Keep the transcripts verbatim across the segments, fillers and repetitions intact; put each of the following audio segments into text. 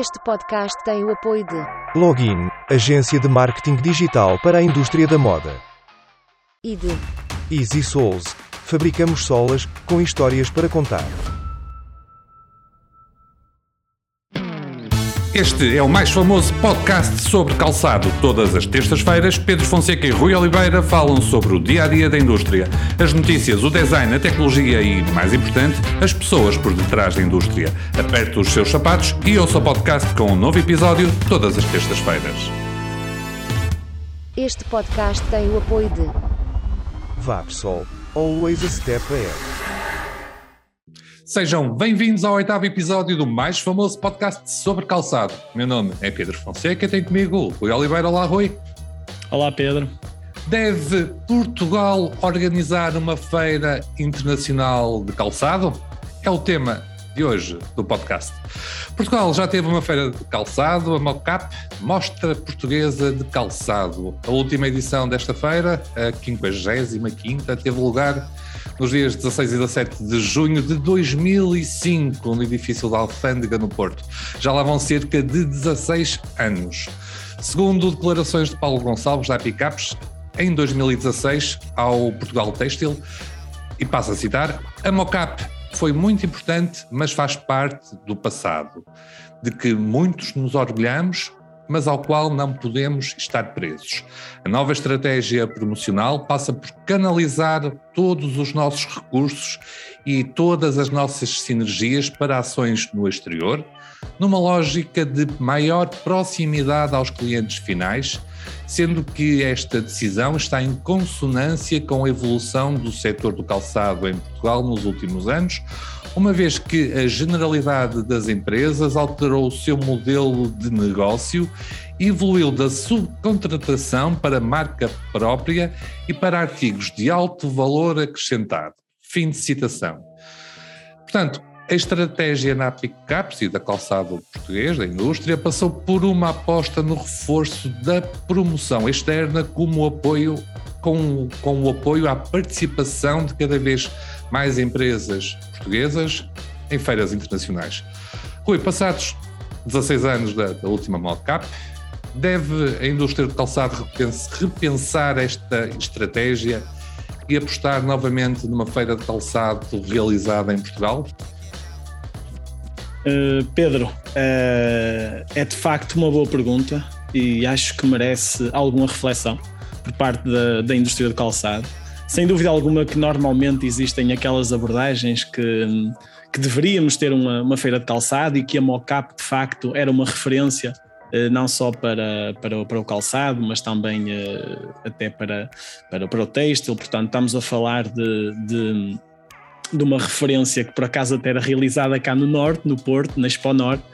Este podcast tem o apoio de Login, agência de marketing digital para a indústria da moda. e de Easy Souls, fabricamos solas, com histórias para contar. Este é o mais famoso podcast sobre calçado. Todas as terças-feiras, Pedro Fonseca e Rui Oliveira falam sobre o dia-a-dia da indústria, as notícias, o design, a tecnologia e, mais importante, as pessoas por detrás da indústria. Aperte os seus sapatos e ouça o podcast com um novo episódio todas as terças-feiras. Este podcast tem o apoio de Vapsol, always a step ahead. Sejam bem-vindos ao oitavo episódio do mais famoso podcast sobre calçado. Meu nome é Pedro Fonseca e tenho comigo o Rui Oliveira. Olá, Rui. Olá, Pedro. Deve Portugal organizar uma feira internacional de calçado? É o tema de hoje do podcast. Portugal já teve uma feira de calçado, a MOCAP, Mostra Portuguesa de Calçado. A última edição desta feira, a quinquagésima quinta, teve lugar nos dias dezasseis e dezassete de junho de dois mil e cinco, no edifício da Alfândega, no Porto. Já lá vão cerca de dezasseis anos. Segundo declarações de Paulo Gonçalves, da Apicapes, em dois mil e dezasseis, ao Portugal Têxtil, e passo a citar, a MOCAP foi muito importante, mas faz parte do passado, de que muitos nos orgulhamos, mas ao qual não podemos estar presos. A nova estratégia promocional passa por canalizar todos os nossos recursos e todas as nossas sinergias para ações no exterior, numa lógica de maior proximidade aos clientes finais, sendo que esta decisão está em consonância com a evolução do setor do calçado em Portugal nos últimos anos, uma vez que a generalidade das empresas alterou o seu modelo de negócio e evoluiu da subcontratação para marca própria e para artigos de alto valor acrescentado. Fim de citação. Portanto, a estratégia na Apicapes e da calçado português, da indústria, passou por uma aposta no reforço da promoção externa como apoio, com, com o apoio à participação de cada vez mais empresas portuguesas em feiras internacionais. Rui, passados dezasseis anos da, da última MOCAP, deve a indústria de calçado repensar esta estratégia e apostar novamente numa feira de calçado realizada em Portugal? Uh, Pedro, uh, é de facto uma boa pergunta e acho que merece alguma reflexão por parte da, da indústria de calçado. Sem dúvida alguma que normalmente existem aquelas abordagens que, que deveríamos ter uma, uma feira de calçado e que a MOCAP de facto era uma referência uh, não só para, para, para o calçado, mas também uh, até para, para, para o têxtil. Portanto, estamos a falar de... de de uma referência que por acaso até era realizada cá no Norte, no Porto, na Expo Norte.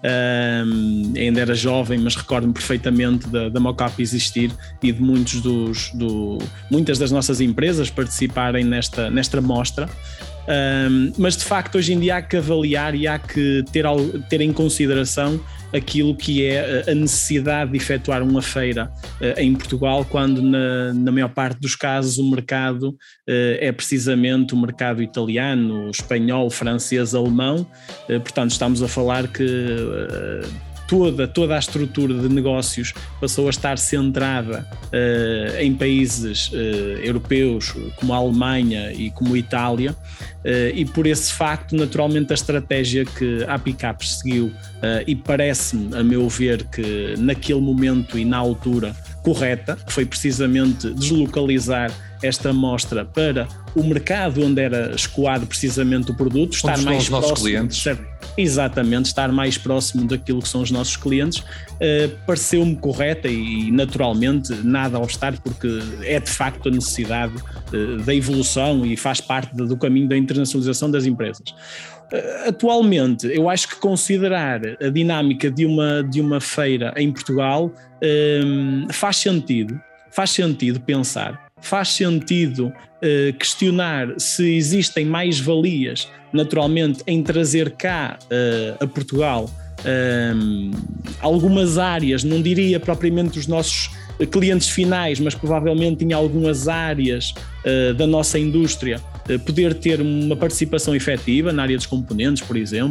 Um, ainda era jovem, mas recordo-me perfeitamente da, da MOCAP existir e de muitos dos, do, muitas das nossas empresas participarem nesta, nesta mostra. Um, mas de facto hoje em dia há que avaliar e há que ter, ter em consideração aquilo que é a necessidade de efetuar uma feira uh, em Portugal, quando na, na maior parte dos casos o mercado uh, é precisamente o mercado italiano, espanhol, francês, alemão. Uh, portanto estamos a falar que uh, Toda, toda a estrutura de negócios passou a estar centrada uh, em países uh, europeus como a Alemanha e como a Itália, uh, e por esse facto naturalmente a estratégia que a Apicapes seguiu, uh, e parece-me a meu ver que naquele momento e na altura correta, foi precisamente deslocalizar esta mostra para o mercado onde era escoado precisamente o produto, estar mais próximo dos clientes. Exatamente, estar mais próximo daquilo que são os nossos clientes, uh, pareceu-me correta e naturalmente nada a obstar, porque é de facto a necessidade uh, da evolução e faz parte do caminho da internacionalização das empresas. Uh, atualmente, eu acho que considerar a dinâmica de uma, de uma feira em Portugal uh, faz sentido, faz sentido pensar. Faz sentido uh, questionar se existem mais-valias, naturalmente, em trazer cá uh, a Portugal um, algumas áreas, não diria propriamente os nossos clientes finais, mas provavelmente em algumas áreas uh, da nossa indústria, uh, poder ter uma participação efetiva na área dos componentes, por exemplo,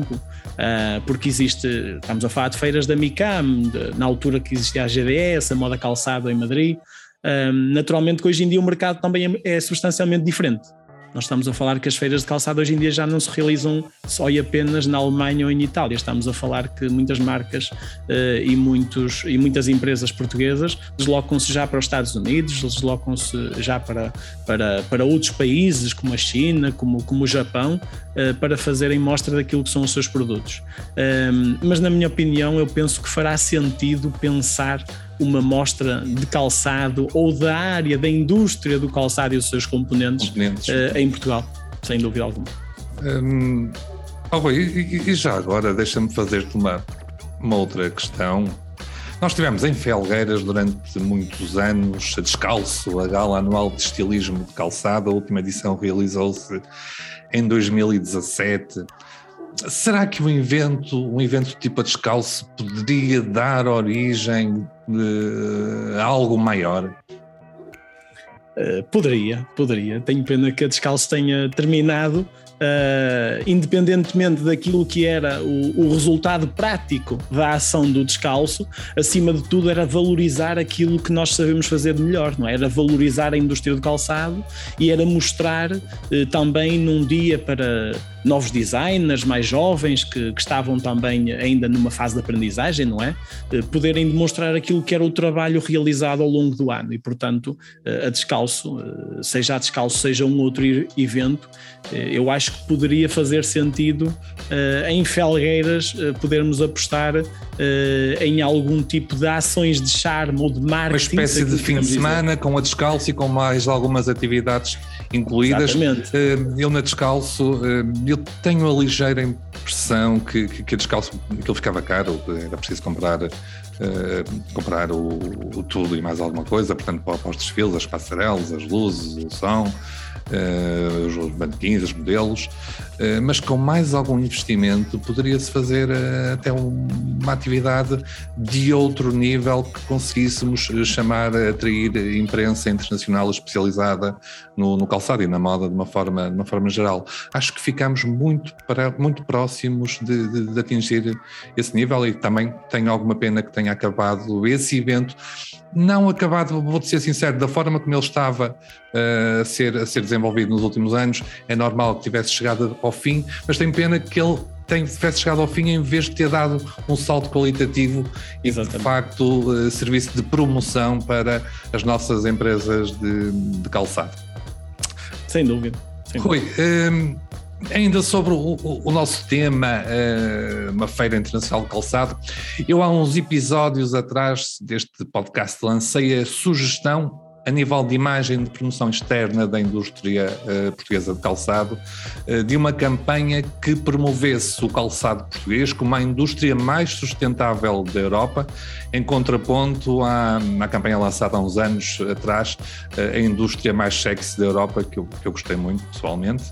uh, porque existe, estamos a falar de feiras da MICAM, de, na altura que existia a G D S, a Moda Calçado em Madrid, uh, naturalmente que hoje em dia o mercado também é, é substancialmente diferente. Nós estamos a falar que as feiras de calçado hoje em dia já não se realizam só e apenas na Alemanha ou em Itália. Estamos a falar que muitas marcas uh, e, muitos, e muitas empresas portuguesas deslocam-se já para os Estados Unidos, deslocam-se já para, para, para outros países como a China, como, como o Japão, uh, para fazerem mostra daquilo que são os seus produtos. Um, mas na minha opinião eu penso que fará sentido pensar uma mostra de calçado ou da área da indústria do calçado e os seus componentes, componentes. Uh, em Portugal, sem dúvida alguma. Hum, oh, Rui, e, e já agora deixa-me fazer-te uma, uma outra questão. Nós estivemos em Felgueiras durante muitos anos, a Descalço, a gala anual de estilismo de calçado. A última edição realizou-se em dois mil e dezassete. Será que um evento, um evento tipo a Descalço poderia dar origem uh, a algo maior? Uh, poderia, poderia. Tenho pena que a Descalço tenha terminado, uh, independentemente daquilo que era o, o resultado prático da ação do Descalço. Acima de tudo era valorizar aquilo que nós sabemos fazer de melhor, não é? Era valorizar a indústria do calçado e era mostrar uh, também num dia para novos designers mais jovens que, que estavam também ainda numa fase de aprendizagem, não é? Poderem demonstrar aquilo que era o trabalho realizado ao longo do ano e, portanto, a Descalço, seja a Descalço, seja um outro evento, eu acho que poderia fazer sentido em Felgueiras podermos apostar em algum tipo de ações de charme ou de marketing. Uma espécie de fim de semana com a Descalço e com mais algumas atividades incluídas. Exatamente. Eu na Descalço, eu tenho a ligeira impressão que, que, que a Descalço, aquilo ficava caro, era preciso comprar, uh, comprar o, o tudo e mais alguma coisa, portanto para, para os desfiles, as passarelas, as luzes, o som, uh, os manequins, os modelos, uh, mas com mais algum investimento poderia-se fazer uh, até um, uma atividade de outro nível que conseguíssemos chamar, atrair imprensa internacional especializada no, no calçado e na moda de uma forma, de uma forma geral. Acho que ficamos muito, para, muito próximos de, de, de atingir esse nível e também tenho alguma pena que tenha acabado esse evento, não acabado, vou-te ser sincero, da forma como ele estava uh, a, ser, a ser desenvolvido nos últimos anos. É normal que tivesse chegado ao fim, mas tenho pena que ele tem, tivesse chegado ao fim em vez de ter dado um salto qualitativo e de facto uh, serviço de promoção para as nossas empresas de, de calçado. Sem dúvida. Sem Rui, dúvida. Um, ainda sobre o, o, o nosso tema, uh, uma feira internacional de calçado, eu há uns episódios atrás deste podcast lancei a sugestão a nível de imagem de promoção externa da indústria uh, portuguesa de calçado, uh, de uma campanha que promovesse o calçado português como a indústria mais sustentável da Europa, em contraponto à, à campanha lançada há uns anos atrás, uh, a indústria mais sexy da Europa, que eu, que eu gostei muito pessoalmente.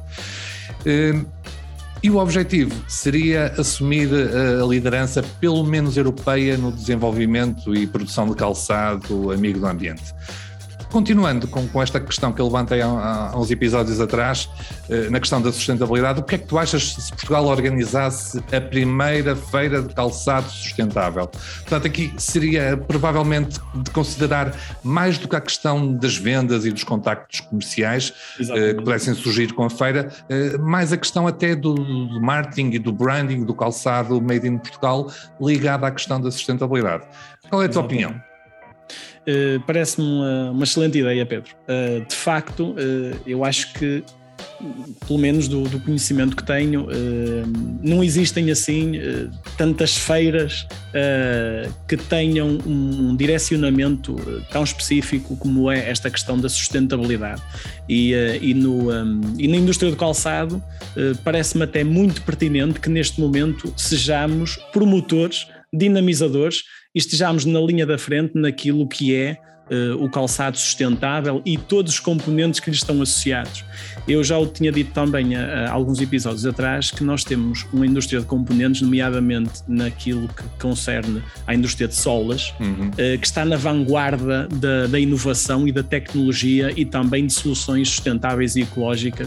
Uh, E o objetivo seria assumir a liderança, pelo menos europeia, no desenvolvimento e produção de calçado amigo do ambiente. Continuando com, com esta questão que eu levantei há, há uns episódios atrás, eh, na questão da sustentabilidade, o que é que tu achas se Portugal organizasse a primeira feira de calçado sustentável? Portanto, aqui seria provavelmente de considerar mais do que a questão das vendas e dos contactos comerciais eh, que pudessem surgir com a feira, eh, mais a questão até do, do marketing e do branding do calçado made in Portugal ligado à questão da sustentabilidade. Qual é a tua Exatamente. opinião? Uh, parece-me uma, uma excelente ideia, Pedro. Uh, de facto, uh, eu acho que, pelo menos do, do conhecimento que tenho, uh, não existem assim uh, tantas feiras uh, que tenham um direcionamento tão específico como é esta questão da sustentabilidade. E, uh, e, no, um, e na indústria do calçado uh, parece-me até muito pertinente que neste momento sejamos promotores, dinamizadores e estejamos na linha da frente naquilo que é uh, o calçado sustentável e todos os componentes que lhe estão associados. Eu já o tinha dito também há, há alguns episódios atrás que nós temos uma indústria de componentes, nomeadamente naquilo que concerne à indústria de solas, uhum. uh, que está na vanguarda da, da inovação e da tecnologia e também de soluções sustentáveis e ecológicas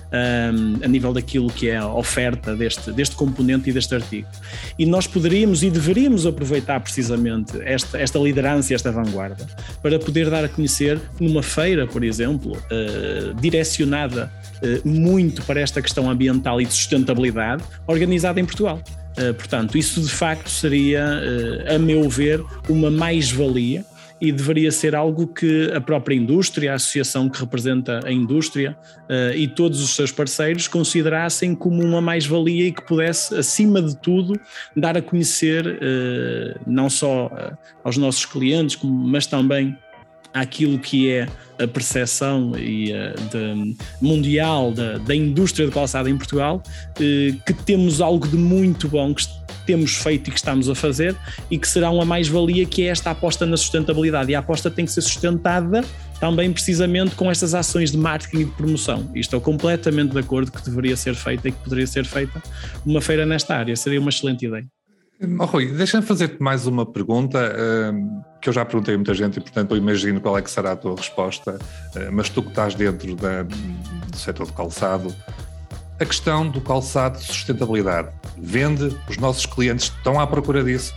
um, a nível daquilo que é a oferta deste, deste componente e deste artigo. E nós poderíamos e deveríamos aproveitar precisamente esta, esta liderança e esta vanguarda para poder dar a conhecer numa feira, por exemplo, uh, direcionada uh, muito para esta questão ambiental e de sustentabilidade, organizada em Portugal. Uh, portanto, isso de facto seria, uh, a meu ver, uma mais-valia e deveria ser algo que a própria indústria, a associação que representa a indústria uh, e todos os seus parceiros considerassem como uma mais-valia e que pudesse, acima de tudo, dar a conhecer uh, não só uh, aos nossos clientes, como, mas também àquilo que é a percepção e, uh, de, mundial da, da indústria de calçado em Portugal, uh, que temos algo de muito bom que temos feito e que estamos a fazer e que será uma mais-valia, que é esta aposta na sustentabilidade. E a aposta tem que ser sustentada também precisamente com estas ações de marketing e de promoção. E estou completamente de acordo que deveria ser feita e que poderia ser feita uma feira nesta área. Seria uma excelente ideia. Oh, Rui, deixa-me fazer-te mais uma pergunta, uh, que eu já perguntei a muita gente e, portanto, eu imagino qual é que será a tua resposta, uh, mas tu que estás dentro da, do setor do calçado, a questão do calçado de sustentabilidade, vende, os nossos clientes estão à procura disso?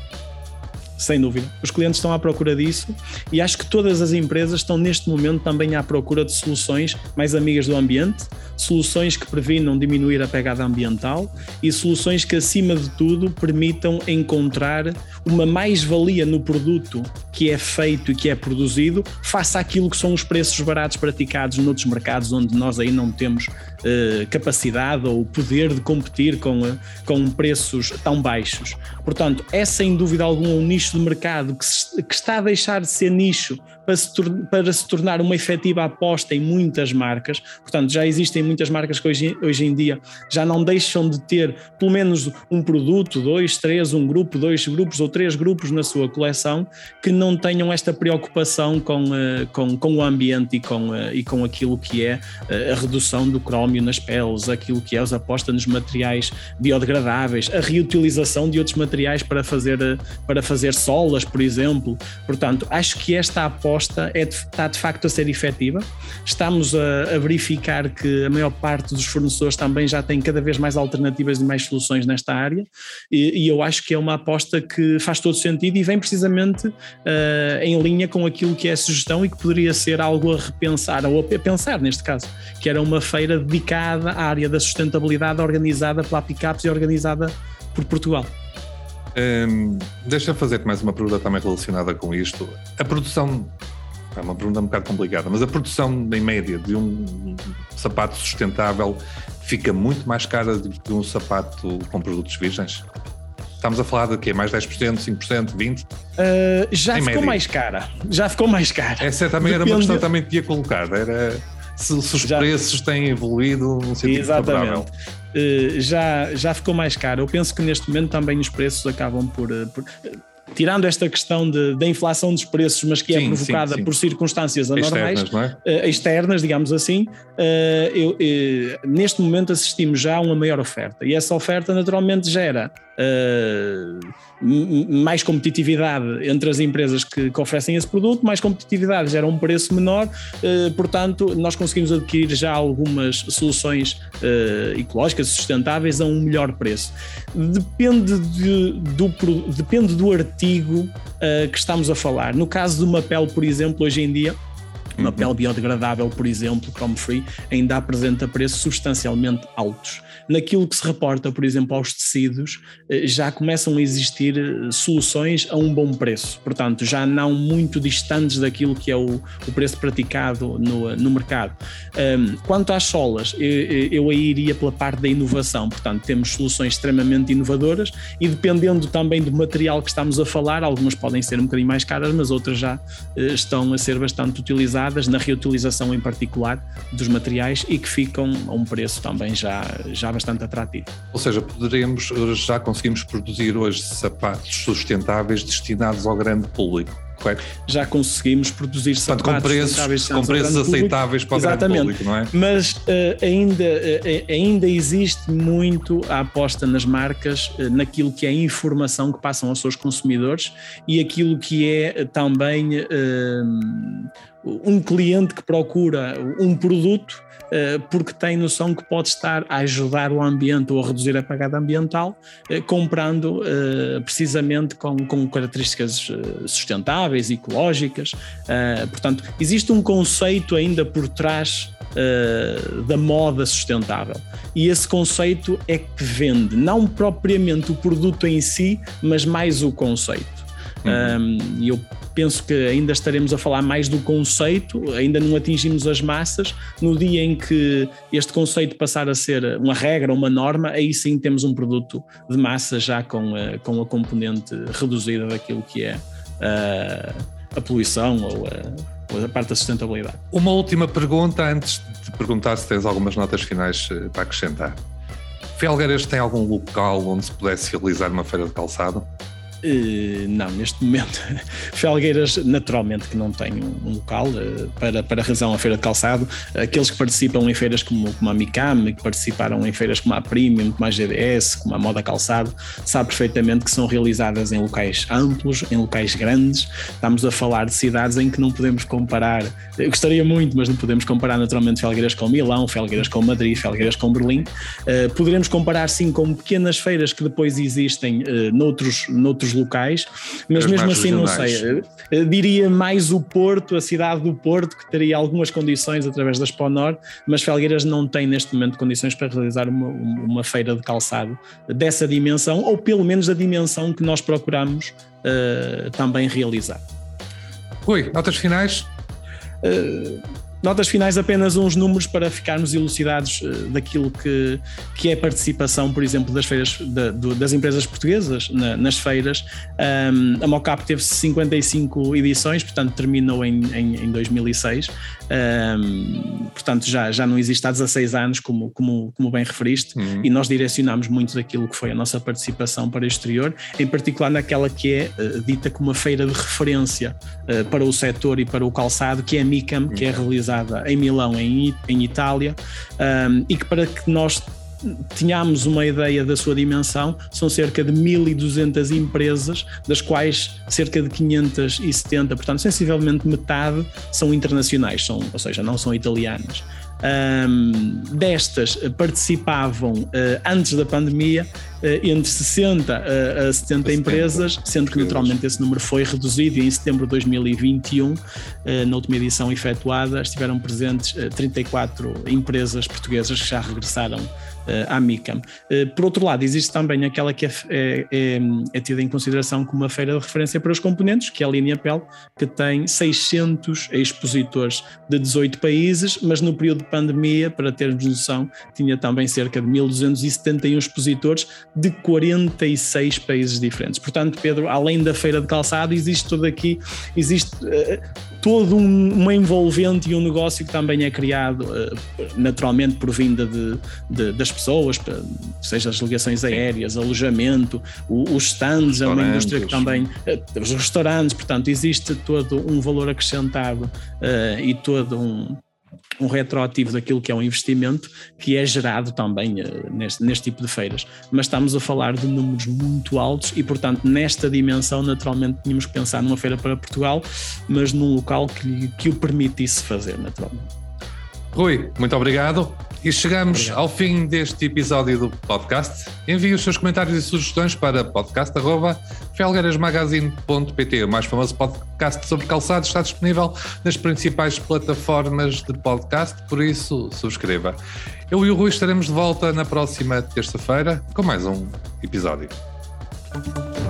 Sem dúvida, os clientes estão à procura disso e acho que todas as empresas estão neste momento também à procura de soluções mais amigas do ambiente, soluções que previnam diminuir a pegada ambiental e soluções que, acima de tudo, permitam encontrar uma mais-valia no produto que é feito e que é produzido face àquilo que são os preços baratos praticados noutros mercados onde nós aí não temos eh, capacidade ou poder de competir com, eh, com preços tão baixos. Portanto, é sem dúvida alguma um nicho de mercado que, se, que está a deixar de ser nicho para se, para se tornar uma efetiva aposta em muitas marcas. Portanto, já existem muitas marcas que hoje, hoje em dia já não deixam de ter pelo menos um produto, dois, três, um grupo, dois grupos ou três grupos na sua coleção que não tenham esta preocupação com, com, com o ambiente e com, e com aquilo que é a redução do crómio nas peles, aquilo que é a aposta nos materiais biodegradáveis, a reutilização de outros materiais para fazer, para fazer solas, por exemplo. Portanto, acho que esta aposta é de, está de facto a ser efetiva. Estamos a, a verificar que a maior parte dos fornecedores também já têm cada vez mais alternativas e mais soluções nesta área e, e eu acho que é uma aposta que faz todo sentido e vem precisamente uh, em linha com aquilo que é a sugestão e que poderia ser algo a repensar, ou a pensar neste caso, que era uma feira dedicada à área da sustentabilidade organizada pela Apicaps e organizada por Portugal. Hum, deixa-me fazer-te mais uma pergunta também relacionada com isto. A produção, é uma pergunta um bocado complicada, mas a produção em média de um sapato sustentável fica muito mais cara do que um sapato com produtos virgens? Estamos a falar de quê? Mais dez por cento, cinco por cento, vinte por cento? Uh, já em ficou média. mais cara. Já ficou mais cara. Essa também Depende... era uma questão que também te ia colocar. Era se, se os já... preços têm evoluído num sentido favorável. Uh, já, já ficou mais caro. Eu penso que neste momento também os preços acabam por... por tirando esta questão de, da inflação dos preços, mas que é sim, provocada sim, sim. por circunstâncias anormais, externas, não é? uh, externas, digamos assim, uh, eu, uh, neste momento assistimos já a uma maior oferta. E essa oferta naturalmente gera uh, mais competitividade entre as empresas que, que oferecem esse produto, mais competitividade gera um preço menor, uh, portanto nós conseguimos adquirir já algumas soluções uh, ecológicas, sustentáveis a um melhor preço. Depende, de, do, depende do artigo uh, que estamos a falar. No caso de uma pele, por exemplo, hoje em dia, uma pele biodegradável, por exemplo, Chrome Free, ainda apresenta preços substancialmente altos. Naquilo que se reporta, por exemplo, aos tecidos, já começam a existir soluções a um bom preço. Portanto, já não muito distantes daquilo que é o, o preço praticado no, no mercado. Um, quanto às solas, eu, eu aí iria pela parte da inovação. Portanto, temos soluções extremamente inovadoras e dependendo também do material que estamos a falar, algumas podem ser um bocadinho mais caras, mas outras já uh, estão a ser bastante utilizadas, na reutilização em particular dos materiais e que ficam a um preço também já, já bastante atrativo. Ou seja, poderemos, já conseguimos produzir hoje sapatos sustentáveis destinados ao grande público, correto? Já conseguimos produzir Portanto, sapatos com preços, com preços aceitáveis para o Exatamente. grande público, não é? Mas uh, ainda, uh, ainda existe muito a aposta nas marcas, uh, naquilo que é a informação que passam aos seus consumidores e aquilo que é uh, também uh, um cliente que procura um produto porque tem noção que pode estar a ajudar o ambiente ou a reduzir a pegada ambiental, comprando precisamente com, com características sustentáveis, ecológicas. Portanto, existe um conceito ainda por trás da moda sustentável, e esse conceito é que vende, não propriamente o produto em si, mas mais o conceito. Uhum. E eu penso que ainda estaremos a falar mais do conceito, ainda não atingimos as massas. No dia em que este conceito passar a ser uma regra, uma norma, aí sim temos um produto de massa já com a, com a componente reduzida daquilo que é a, a poluição ou a, ou a parte da sustentabilidade. Uma última pergunta antes de perguntar se tens algumas notas finais para acrescentar. Felgueiras tem algum local onde se pudesse realizar uma feira de calçado? Uh, não, neste momento Felgueiras naturalmente que não tem um, um local uh, para, para realizar uma feira de calçado. Aqueles que participam em feiras como, como a Micam, que participaram em feiras como a Premium, como a G D S, como a Moda Calçado, sabe perfeitamente que são realizadas em locais amplos, em locais grandes. Estamos a falar de cidades em que não podemos comparar, eu gostaria muito, mas não podemos comparar naturalmente Felgueiras com Milão, Felgueiras com Madrid, Felgueiras com Berlim. Uh, poderemos comparar sim com pequenas feiras que depois existem uh, noutros, noutros locais, mas As mesmo assim regionais. Não sei, eu diria mais o Porto, a cidade do Porto, que teria algumas condições através da Exponor, mas Felgueiras não tem neste momento condições para realizar uma, uma feira de calçado dessa dimensão, ou pelo menos da dimensão que nós procuramos uh, também realizar. Rui, notas finais? Uh, Notas finais, apenas uns números para ficarmos elucidados uh, daquilo que, que é a participação, por exemplo, das feiras da, do, das empresas portuguesas na, nas feiras. Um, a Mocap teve cinquenta e cinco edições, portanto terminou em, em, em dois mil e seis. Um, portanto já, já não existe há dezasseis anos, como, como, como bem referiste, uhum. E nós direcionámos muito daquilo que foi a nossa participação para o exterior, em particular naquela que é uh, dita como uma feira de referência uh, para o setor e para o calçado, que é a Micam, uhum. que é realizada em Milão, em, em Itália, um, e que, para que nós tínhamos uma ideia da sua dimensão, são cerca de mil e duzentas empresas, das quais cerca de quinhentas e setenta, portanto sensivelmente metade, são internacionais, são, ou seja, não são italianas. Um, destas participavam uh, antes da pandemia uh, entre sessenta a setenta empresas, sendo que naturalmente esse número foi reduzido, e em setembro de dois mil e vinte e um, uh, na última edição efetuada, estiveram presentes uh, trinta e quatro empresas portuguesas que já regressaram uh, à Micam. Uh, por outro lado, existe também aquela que é, é, é, é tida em consideração como uma feira de referência para os componentes, que é a Linha Pel, que tem seiscentos expositores de dezoito países, mas no período de pandemia, para termos noção, tinha também cerca de mil duzentos e setenta e um expositores de quarenta e seis países diferentes. Portanto, Pedro, além da feira de calçado, existe todo aqui, existe uh, todo um, uma envolvente e um negócio que também é criado uh, naturalmente por vinda de, de, das pessoas, seja as ligações aéreas, alojamento, o, os stands, é uma indústria que também, uh, os restaurantes, portanto, existe todo um valor acrescentado uh, e todo um um retroativo daquilo que é um investimento que é gerado também uh, neste, neste tipo de feiras, mas estamos a falar de números muito altos e, portanto, nesta dimensão naturalmente tínhamos que pensar numa feira para Portugal, mas num local que, que o permitisse fazer naturalmente. Rui, muito obrigado. E chegamos Obrigado. Ao fim deste episódio do podcast. Envie os seus comentários e sugestões para podcast arroba felgueirasmagazine ponto pt. O mais famoso podcast sobre calçado está disponível nas principais plataformas de podcast, por isso subscreva. Eu e o Rui estaremos de volta na próxima terça-feira com mais um episódio.